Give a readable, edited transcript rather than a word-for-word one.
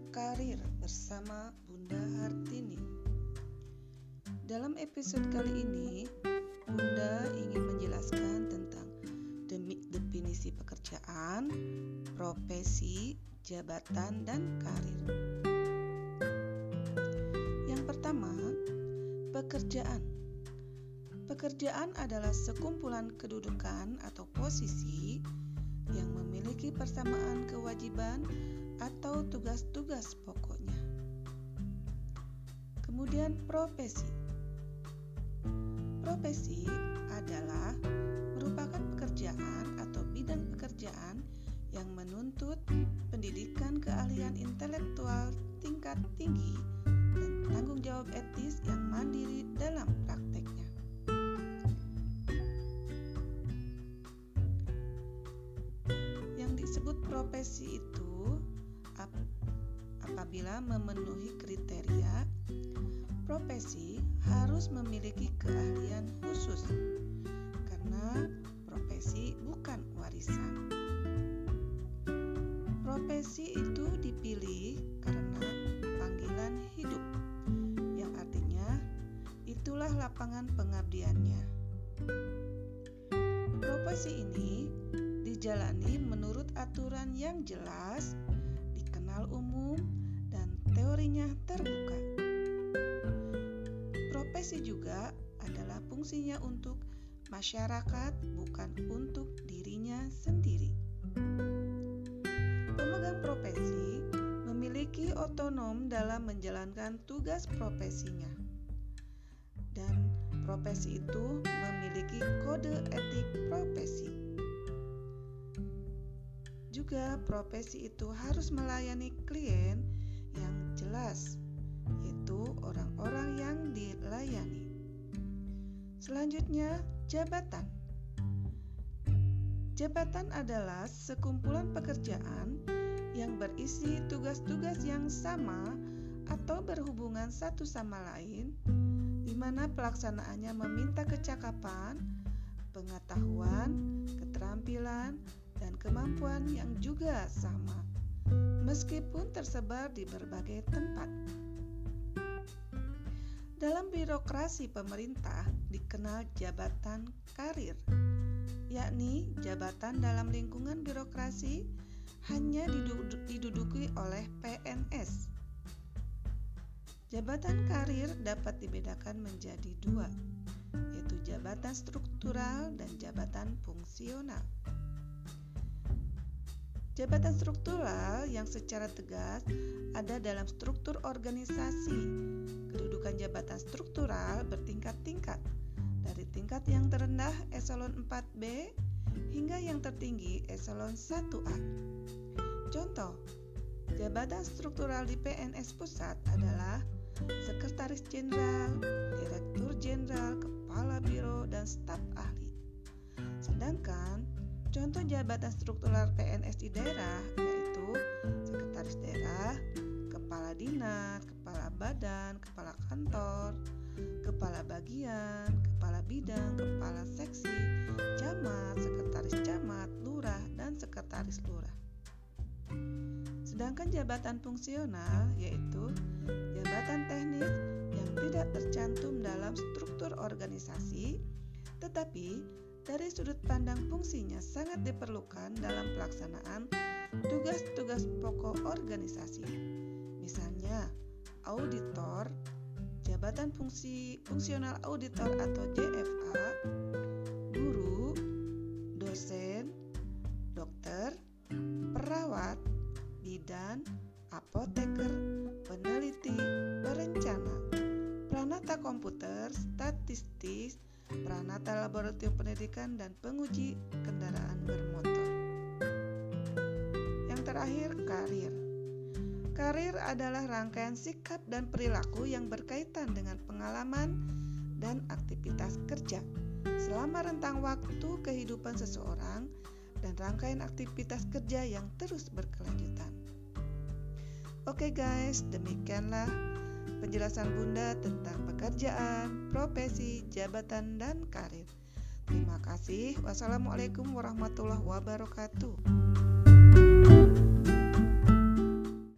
Karir bersama Bunda Hartini. Dalam episode kali ini, Bunda ingin menjelaskan tentang definisi pekerjaan, profesi, jabatan, dan karir. Yang pertama, pekerjaan. Pekerjaan adalah sekumpulan kedudukan atau posisi yang memiliki persamaan kewajiban atau tugas-tugas pokoknya. Kemudian profesi. Profesi adalah merupakan pekerjaan atau bidang pekerjaan yang menuntut pendidikan keahlian intelektual tingkat tinggi dan tanggung jawab etis yang mandiri dalam prakteknya. Yang disebut profesi itu apabila memenuhi kriteria, profesi harus memiliki keahlian khusus karena profesi bukan warisan. Profesi itu dipilih karena panggilan hidup, yang artinya itulah lapangan pengabdiannya. Profesi ini dijalani menurut aturan yang jelas, dikenal umum, dan teorinya terbuka. Profesi juga adalah fungsinya untuk masyarakat, bukan untuk dirinya sendiri. Pemegang profesi memiliki otonom dalam menjalankan tugas profesinya, dan profesi itu memiliki kode etik profesi. Juga profesi itu harus melayani klien yang jelas, yaitu orang-orang yang dilayani. Selanjutnya, jabatan. Jabatan adalah sekumpulan pekerjaan yang berisi tugas-tugas yang sama atau berhubungan satu sama lain, di mana pelaksanaannya meminta kecakapan, pengetahuan, keterampilan, dan kemampuan yang juga sama, meskipun tersebar di berbagai tempat. Dalam birokrasi pemerintah dikenal jabatan karir, yakni jabatan dalam lingkungan birokrasi hanya diduduki oleh PNS. Jabatan karir dapat dibedakan menjadi dua, yaitu jabatan struktural dan jabatan fungsional. Jabatan struktural yang secara tegas ada dalam struktur organisasi. Kedudukan jabatan struktural bertingkat-tingkat, dari tingkat yang terendah eselon 4B hingga yang tertinggi eselon 1A. Contoh, jabatan struktural di PNS pusat adalah Sekretaris Jenderal, Direktur Jenderal, Kepala Biro, dan staf ahli. Sedangkan contoh jabatan struktural PNS di daerah yaitu Sekretaris Daerah, Kepala Dinas, Kepala Badan, Kepala Kantor, Kepala Bagian, Kepala Bidang, Kepala Seksi, Camat, Sekretaris Camat, Lurah, dan Sekretaris Lurah. Sedangkan jabatan fungsional yaitu jabatan teknis yang tidak tercantum dalam struktur organisasi, tetapi dari sudut pandang fungsinya sangat diperlukan dalam pelaksanaan tugas-tugas pokok organisasi. Misalnya, auditor, jabatan fungsional auditor atau JFA, guru, dosen, dokter, perawat, bidan, apoteker, peneliti, perencana, peranata komputer, statistis, peranata laboratorium pendidikan, dan penguji kendaraan bermotor. Yang terakhir, karir. Karir adalah rangkaian sikap dan perilaku yang berkaitan dengan pengalaman dan aktivitas kerja selama rentang waktu kehidupan seseorang dan rangkaian aktivitas kerja yang terus berkelanjutan. Oke guys, demikianlah penjelasan Bunda tentang pekerjaan, profesi, jabatan, dan karir. Terima kasih. Wassalamualaikum warahmatullahi wabarakatuh.